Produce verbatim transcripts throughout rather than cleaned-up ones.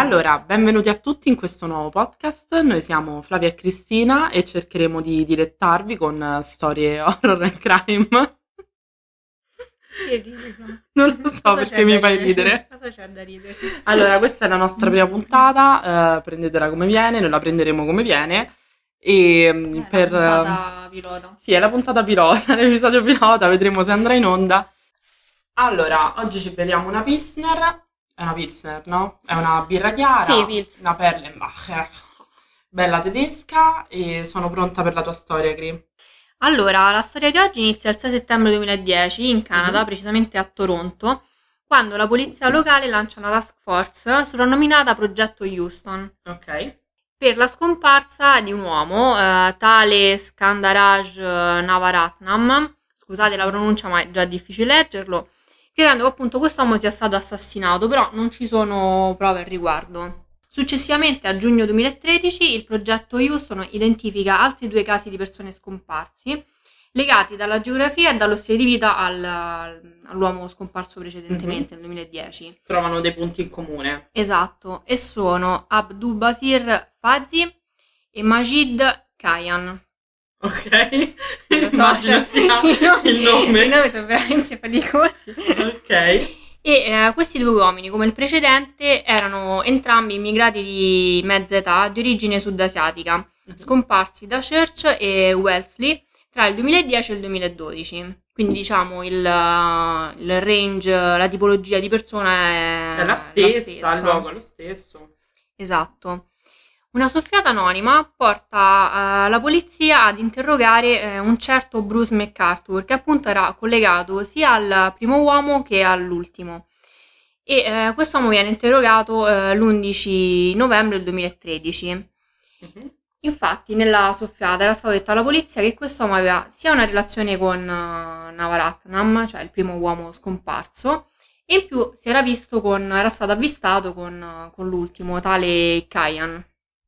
Allora, benvenuti a tutti in questo nuovo podcast. Noi siamo Flavia e Cristina e cercheremo di dilettarvi con eh, storie horror and crime. Che ridi, no? Non lo so Cosa perché c'è mi da fai ridere? ridere. Cosa c'è da ridere? Allora, questa è la nostra prima puntata, eh, prendetela come viene, noi la prenderemo come viene. E mm, È la per... eh, puntata pilota. Sì, è la puntata pilota, l'episodio pilota, vedremo se andrà in onda. Allora, oggi ci beviamo una Pilsner. È una Pilsner, no? È una birra Sì, chiara, Pils. una Perlenbacher. Bella tedesca e sono pronta per la tua storia, Cri. Allora, la storia di oggi inizia il sei settembre duemiladieci in Canada, Mhm. precisamente a Toronto, quando la polizia locale lancia una task force soprannominata Progetto Houston Ok. per la scomparsa di un uomo, eh, tale Skandaraj Navaratnam. Scusate la pronuncia, ma è già difficile leggerlo. Credendo che appunto quest'uomo sia stato assassinato, però non ci sono prove al riguardo. Successivamente, a giugno duemilatredici, il progetto Houston identifica altri due casi di persone scomparsi, legati dalla geografia e dallo stile di vita al- all'uomo scomparso Mhm. precedentemente nel duemiladieci. Trovano dei punti in comune. Esatto, e sono Abdulbasir Fazi e Majid Kayan. Ok. Sì, lo so, Immagino cioè, sia i il nomi, i nome. nomi sono veramente faticosi. Ok. E eh, questi due uomini, come il precedente, erano entrambi immigrati di mezza età di origine sudasiatica, Mhm. scomparsi da Church e Wellesley tra il duemiladieci e il duemiladodici. Quindi diciamo il, il range, la tipologia di persona È la è la stessa, il stessa. luogo è lo stesso. Esatto. Una soffiata anonima porta eh, la polizia ad interrogare eh, un certo Bruce McArthur, che appunto era collegato sia al primo uomo che all'ultimo. E eh, quest'uomo viene interrogato eh, l'undici novembre del duemilatredici. Mhm. Infatti, nella soffiata era stato detto alla polizia che quest'uomo aveva sia una relazione con uh, Navaratnam, cioè il primo uomo scomparso, e in più si era visto con, era stato avvistato con, uh, con l'ultimo, tale Kyan.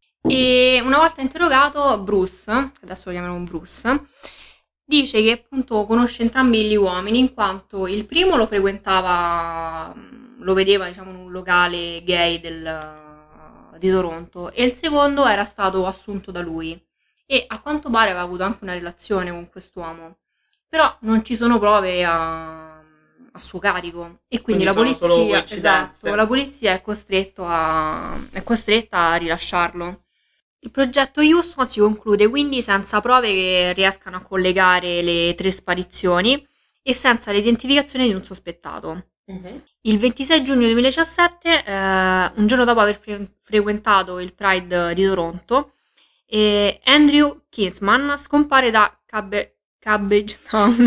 E una volta interrogato, Bruce, adesso lo chiameremo Bruce, dice che appunto conosce entrambi gli uomini in quanto il primo lo frequentava, lo vedeva diciamo in un locale gay del, di Toronto e il secondo era stato assunto da lui e a quanto pare aveva avuto anche una relazione con quest'uomo, però non ci sono prove a, a suo carico e quindi Quindi la sono solo polizia, esatto, la coincidenze. polizia è, costretto a, è costretta a rilasciarlo. Il progetto Houston si conclude quindi senza prove che riescano a collegare le tre sparizioni e senza l'identificazione di un sospettato. Mhm. Il ventisei giugno duemiladiciassette, eh, un giorno dopo aver fre- frequentato il Pride di Toronto, eh, Andrew Kinsman scompare da Cab- Cabbage Town.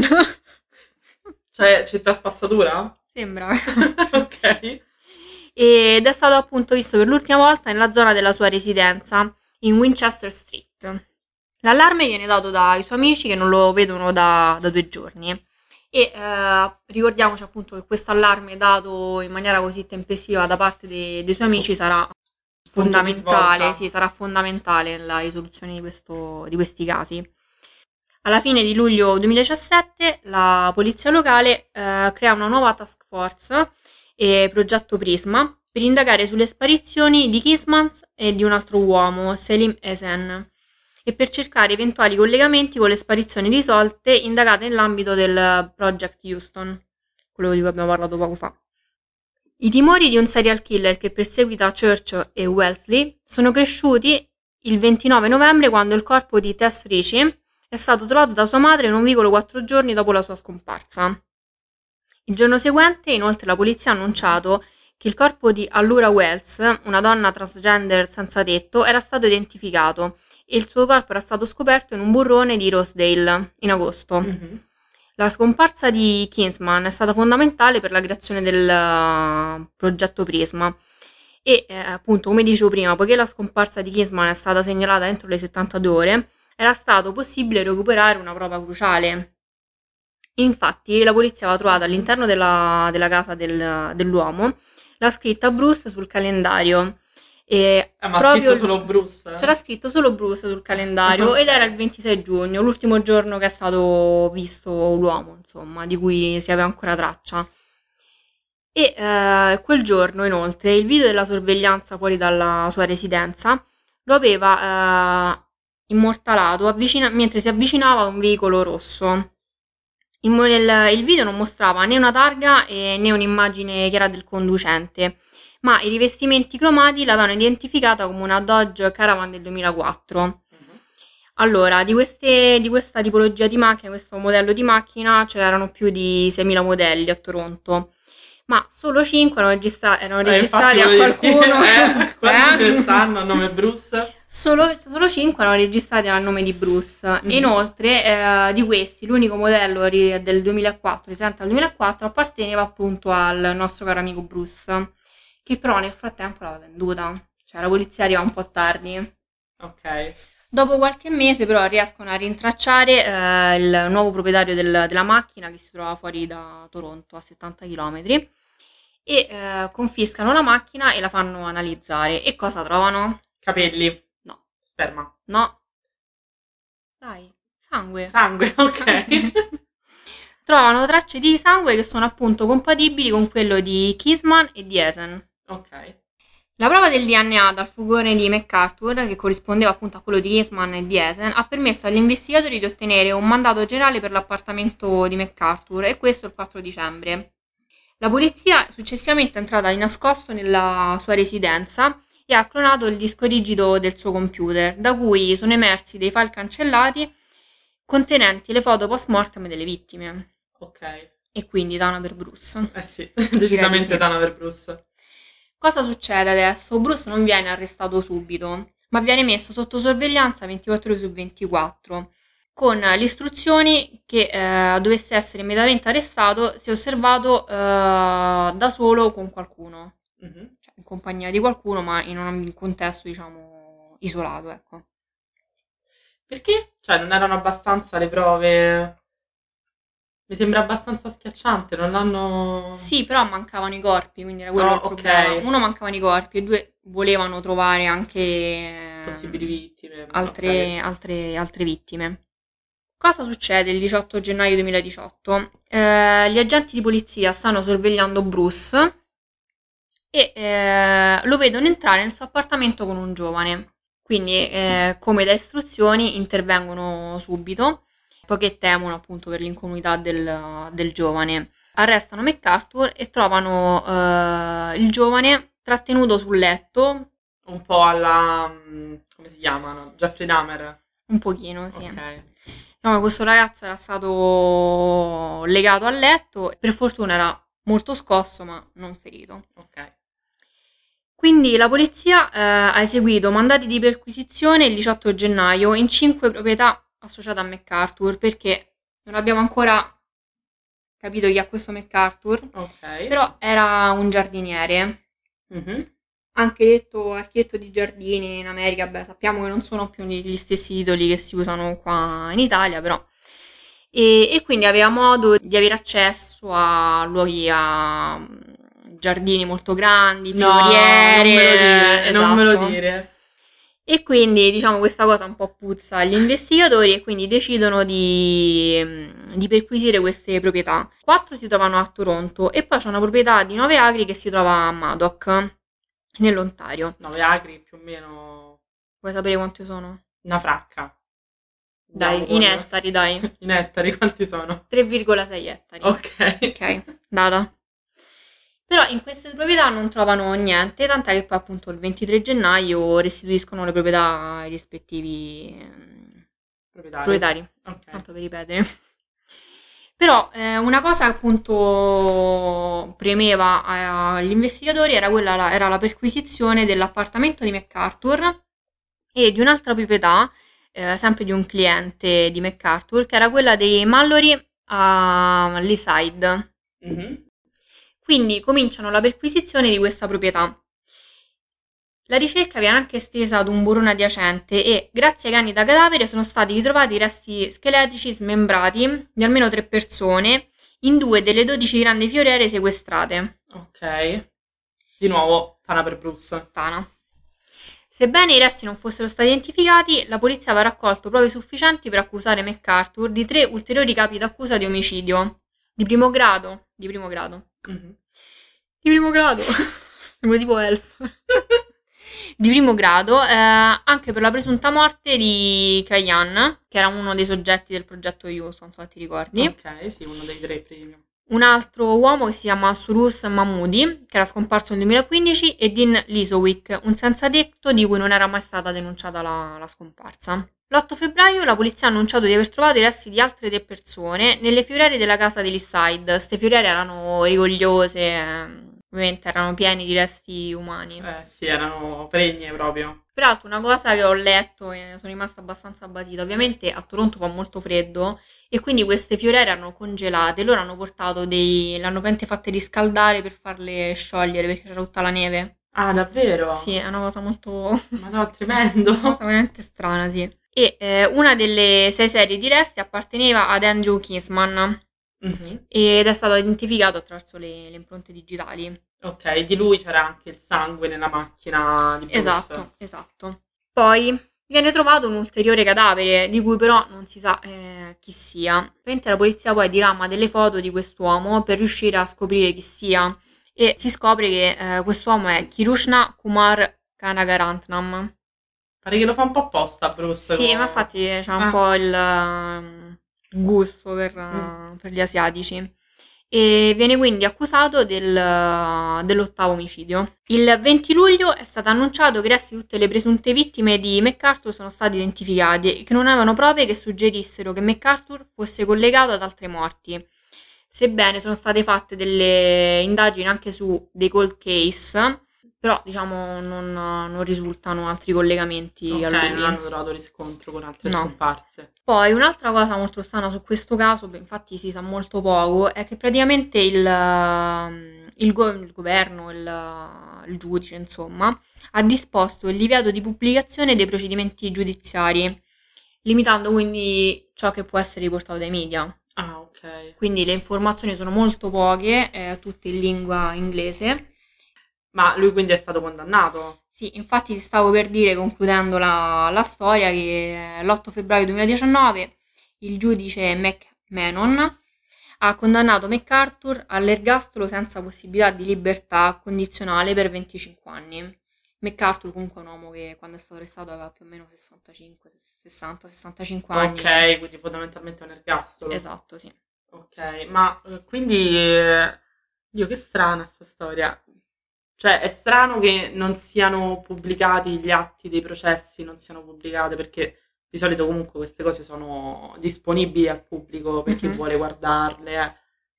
Cioè, città spazzatura? Sembra. Ok. Ed è stato appunto visto per l'ultima volta nella zona della sua residenza in Winchester Street. L'allarme viene dato dai suoi amici che non lo vedono da, da due giorni. E eh, ricordiamoci appunto che questo allarme dato in maniera così tempestiva da parte dei, dei suoi amici sarà Punto di fondamentale, svolta. sì, sarà fondamentale nella risoluzione di, questo, di questi casi. Alla fine di luglio duemiladiciassette la polizia locale eh, crea una nuova task force e progetto Prisma per indagare sulle sparizioni di Kismans e di un altro uomo, Selim Esen, e per cercare eventuali collegamenti con le sparizioni risolte indagate nell'ambito del Project Houston, quello di cui abbiamo parlato poco fa. I timori di un serial killer che perseguita Church e Wellesley sono cresciuti il ventinove novembre quando il corpo di Tess Ricci è stato trovato da sua madre non vicolo quattro giorni dopo la sua scomparsa. Il giorno seguente, inoltre, la polizia ha annunciato che il corpo di Allura Wells, una donna transgender senza tetto, era stato identificato e il suo corpo era stato scoperto in un burrone di Rosedale in agosto. Mhm. La scomparsa di Kinsman è stata fondamentale per la creazione del uh, progetto Prisma e eh, appunto come dicevo prima, poiché la scomparsa di Kinsman è stata segnalata entro le settantadue ore, era stato possibile recuperare una prova cruciale. Infatti la polizia aveva trovato all'interno della, della casa del- dell'uomo la scritta Bruce sul calendario e Eh, ma ha scritto proprio solo c'era Bruce? scritto solo Bruce sul calendario ed era il Ok. ventisei giugno, l'ultimo giorno che è stato visto l'uomo, insomma, di cui si aveva ancora traccia. E eh, quel giorno, inoltre, il video della sorveglianza fuori dalla sua residenza lo aveva eh, immortalato avvicina- mentre si avvicinava a un veicolo rosso. Il, mo- il- il video non mostrava né una targa eh, né un'immagine chiara del conducente, ma i rivestimenti cromati l'avevano identificata come una Dodge Caravan del duemilaquattro. Mhm. Allora, di, queste, di questa tipologia di macchina, questo modello di macchina, ce n'erano più di seimila modelli a Toronto, ma solo cinque erano, registra- erano Eh, infatti registrati a volevo dire, qualcuno. eh, quanti ce ne Eh? stanno a nome Bruce? Solo, solo cinque erano registrati al nome di Bruce. Mhm. E inoltre, eh, di questi, l'unico modello ri- del duemilaquattro, risalente al duemilaquattro, apparteneva appunto al nostro caro amico Bruce, che però nel frattempo l'aveva venduta. Cioè, la polizia arriva un po' tardi. Ok. Dopo qualche mese però riescono a rintracciare eh, il nuovo proprietario del- della macchina che si trova fuori da Toronto a settanta chilometri e eh, confiscano la macchina e la fanno analizzare. E cosa trovano? Capelli. No, Sperma. no, dai, sangue. Sangue, ok. Sangue. Trovano tracce di sangue che sono appunto compatibili con quello di Kisman e di Eisen. Ok. La prova del D N A dal furgone di MacArthur, che corrispondeva appunto a quello di Eastman e di Eisen, ha permesso agli investigatori di ottenere un mandato generale per l'appartamento di MacArthur, e questo il quattro dicembre. La polizia successivamente è entrata di nascosto nella sua residenza e ha clonato il disco rigido del suo computer, da cui sono emersi dei file cancellati contenenti le foto post-mortem delle vittime. Ok. E quindi Dana per Bruce. Eh sì, decisamente sì. Dana per Bruce. Cosa succede adesso? Bruce non viene arrestato subito, ma viene messo sotto sorveglianza ventiquattro ore su ventiquattro, con le istruzioni che eh, dovesse essere immediatamente arrestato se osservato eh, da solo con qualcuno, Mhm. cioè in compagnia di qualcuno, ma in un contesto, diciamo, isolato, ecco. Perché? Cioè, non erano abbastanza le prove. Mi sembra abbastanza schiacciante, non l'hanno. Sì, però mancavano i corpi, quindi era quello Oh, il problema. ok. Uno, mancavano i corpi, e due, volevano trovare anche eh, Possibili vittime. altre, Ok. altre, altre vittime. Cosa succede il diciotto gennaio duemiladiciotto? Eh, gli agenti di polizia stanno sorvegliando Bruce e eh, lo vedono entrare nel suo appartamento con un giovane. Quindi, eh, come da istruzioni, intervengono subito, poiché temono appunto per l'incolumità del, del giovane. Arrestano MacArthur e trovano eh, il giovane trattenuto sul letto, Un po' alla. mm, Come si chiamano? Jeffrey Dahmer. un pochino, sì. Ok. No, questo ragazzo era stato legato al letto e per fortuna era molto scosso, ma non ferito. Ok. Quindi la polizia eh, ha eseguito mandati di perquisizione il diciotto gennaio in cinque proprietà associate a MacArthur, perché non abbiamo ancora capito chi è questo MacArthur, Ok. però era un giardiniere, Mhm. anche detto architetto di giardini in America. Beh, sappiamo che non sono più gli stessi titoli che si usano qua in Italia, però. E, e quindi aveva modo di avere accesso a luoghi, a mm, giardini molto grandi, No, fioriere, non me lo dire, non me lo esatto. dire. E quindi diciamo questa cosa un po' puzza agli investigatori e quindi decidono di, mm, di perquisire queste proprietà. Quattro si trovano a Toronto e poi c'è una proprietà di nove acri che si trova a Madoc, nell'Ontario. nove acri più o meno Vuoi sapere quanti sono? una fracca. Andiamo Dai, in con- ettari, dai. In ettari, quanti sono? tre virgola sei ettari. Ok. Ok, data. Però in queste proprietà non trovano niente, tant'è che poi appunto il ventitré gennaio restituiscono le proprietà ai rispettivi ehm, Proprietario. proprietari, Ok. tanto per ripetere. Però eh, una cosa che appunto premeva agli investigatori era, quella, era la perquisizione dell'appartamento di MacArthur e di un'altra proprietà, eh, sempre di un cliente di MacArthur, che era quella dei Mallory a Leaside. Mhm. Quindi cominciano la perquisizione di questa proprietà. La ricerca viene anche estesa ad un burrone adiacente e, grazie ai cani da cadavere, sono stati ritrovati resti scheletrici smembrati di almeno tre persone in due delle dodici grandi fioriere sequestrate. Ok. Di nuovo, Tana per Bruce. Tana. Sebbene i resti non fossero stati identificati, la polizia aveva raccolto prove sufficienti per accusare MacArthur di tre ulteriori capi d'accusa di omicidio di primo grado, di primo grado Mhm. Di primo grado. Sembra tipo Elf. Di primo grado, eh, anche per la presunta morte di Kayan, che era uno dei soggetti del progetto Houston, so se ti ricordi. Ok, sì, uno dei tre primi. Un altro uomo che si chiama Surus Mahmoudi, che era scomparso nel duemilaquindici, e Dean Lisowick, un senza tetto di cui non era mai stata denunciata la, la scomparsa. L'otto febbraio la polizia ha annunciato di aver trovato i resti di altre tre persone nelle fioriere della casa di Leaside. Queste fioriere erano rigogliose, eh, ovviamente erano pieni di resti umani. Eh sì, erano pregne proprio. Peraltro una cosa che ho letto e sono rimasta abbastanza basita, ovviamente a Toronto fa molto freddo e quindi queste fioriere erano congelate, loro hanno portato dei, le hanno praticamente fatte riscaldare per farle sciogliere perché c'era tutta la neve. Ah, davvero? Sì, è una cosa molto... Ma no, tremendo. una cosa veramente strana, sì. E eh, una delle sei serie di resti apparteneva ad Andrew Kinsman Mm-hmm. ed è stato identificato attraverso le, le impronte digitali. Ok, di lui c'era anche il sangue nella macchina di Bruce. Esatto, esatto. Poi viene trovato un ulteriore cadavere, di cui però non si sa eh, chi sia. Ovviamente la polizia poi dirama delle foto di quest'uomo per riuscire a scoprire chi sia. E si scopre che eh, quest'uomo è Kirushna Kumar Kanagarantnam. Pare che lo fa un po' apposta Bruce. Sì, con- ma infatti c'è un Ah. po' il um, gusto per, uh, per gli asiatici. E viene quindi accusato del, dell'ottavo omicidio. Il venti luglio è stato annunciato che i resti di tutte le presunte vittime di MacArthur sono stati identificati e che non avevano prove che suggerissero che MacArthur fosse collegato ad altre morti. Sebbene sono state fatte delle indagini anche su dei cold case, però diciamo non, non risultano altri collegamenti Ok, a non lui. hanno trovato riscontro con altre No. scomparse. Poi un'altra cosa molto strana su questo caso, beh, infatti si sa molto poco, è che praticamente il, ehm, il, go- il governo, il, il giudice, insomma, ha disposto il divieto di pubblicazione dei procedimenti giudiziari, limitando quindi ciò che può essere riportato dai media. Ah, ok. Quindi le informazioni sono molto poche, eh, tutte in lingua inglese. Ma lui quindi è stato condannato? Sì, infatti ti stavo per dire, concludendo la, la storia, che l'otto febbraio duemiladiciannove il giudice McMahon ha condannato MacArthur all'ergastolo senza possibilità di libertà condizionale per venticinque anni. MacArthur comunque è un uomo che quando è stato arrestato aveva più o meno sessantacinque, sessanta sessantacinque anni. Ok, quindi fondamentalmente è un ergastolo. Esatto, sì. Ok, ma eh, quindi... eh, Dio, che strana sta storia. Cioè, è strano che non siano pubblicati gli atti dei processi, non siano pubblicate, perché di solito comunque queste cose sono disponibili al pubblico per chi Mhm. vuole guardarle. eh.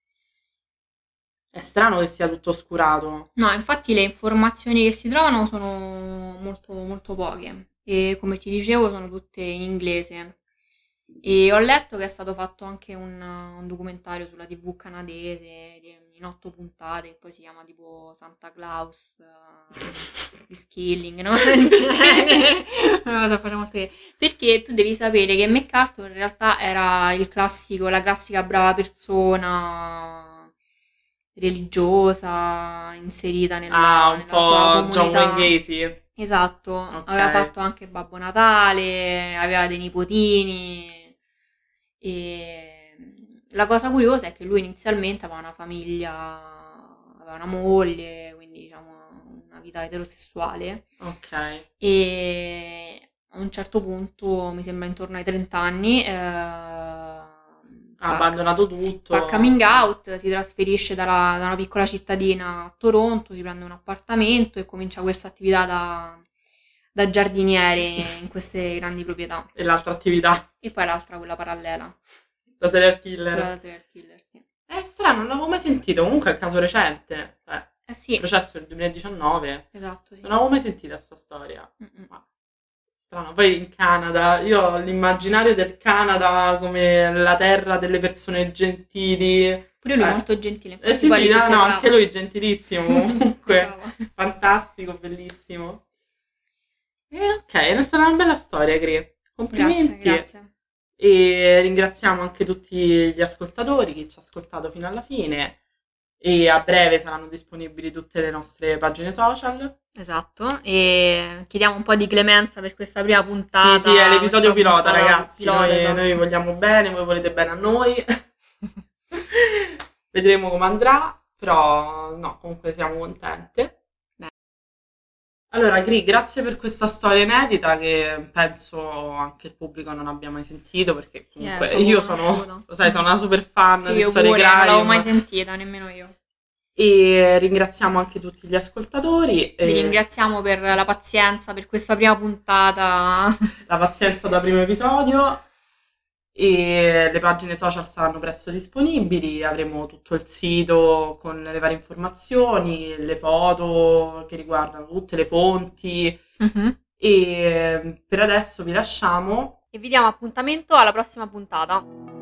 È strano che sia tutto oscurato. No, infatti le informazioni che si trovano sono molto, molto poche e come ti dicevo sono tutte in inglese. E ho letto che è stato fatto anche un, un documentario sulla tivù canadese di- in otto puntate, che poi si chiama tipo Santa Claus eh, di Skilling, una cosa del genere. Una cosa che faceva molto ridere. Perché tu devi sapere che MacArthur in realtà era il classico, la classica brava persona religiosa inserita nella, Ah, un nella sua po' John comunità. Wayne Gacy. Esatto, Ok. aveva fatto anche Babbo Natale, aveva dei nipotini e la cosa curiosa è che lui inizialmente aveva una famiglia, aveva una moglie, quindi diciamo una vita eterosessuale Ok. e a un certo punto, mi sembra intorno ai trenta anni, eh, Ha fa, abbandonato tutto. fa coming out, si trasferisce dalla- da una piccola cittadina a Toronto, si prende un appartamento e comincia questa attività da, da giardiniere in queste grandi proprietà. E l'altra attività, E poi l'altra, quella parallela, da serial killer. quella da serial killer, sì. È strano, non l'avevo mai sentito. Comunque è un caso recente. Cioè, Eh il sì, processo del duemiladiciannove. esatto, sì. Non avevo mai sentito questa storia. Mm-mm. Ma strano. Poi in Canada, io ho l'immaginario del Canada come la terra delle persone gentili. Pure lui è Eh. molto gentile, Eh infatti sì, poi sì, li no, no, sotterrava. anche lui è gentilissimo comunque. Brava. Fantastico, bellissimo. E ok, è stata una bella storia, Cri. Complimenti. Grazie, grazie. E ringraziamo anche tutti gli ascoltatori, chi ci ha ascoltato fino alla fine. E a breve saranno disponibili tutte le nostre pagine social. Esatto, e chiediamo un po' di clemenza per questa prima puntata. Sì, sì, è l'episodio questa pilota, puntata ragazzi. pilota, noi, esatto. noi vi vogliamo bene, voi volete bene a noi. Vedremo come andrà. però no, comunque siamo contente. Beh. Allora, Gri, grazie per questa storia inedita che penso anche il pubblico non abbia mai sentito, perché Sì, è comunque poco io sono, conosciuto. lo sai, Mm. sono una super fan Sì, di io storie pure, non l'avevo mai crime sentita, nemmeno io. e ringraziamo anche tutti gli ascoltatori. Vi E ringraziamo per la pazienza, per questa prima puntata. la pazienza da primo episodio e le pagine social saranno presto disponibili, avremo tutto il sito con le varie informazioni, le foto che riguardano tutte le fonti Mhm. e per adesso vi lasciamo. E vi diamo appuntamento alla prossima puntata.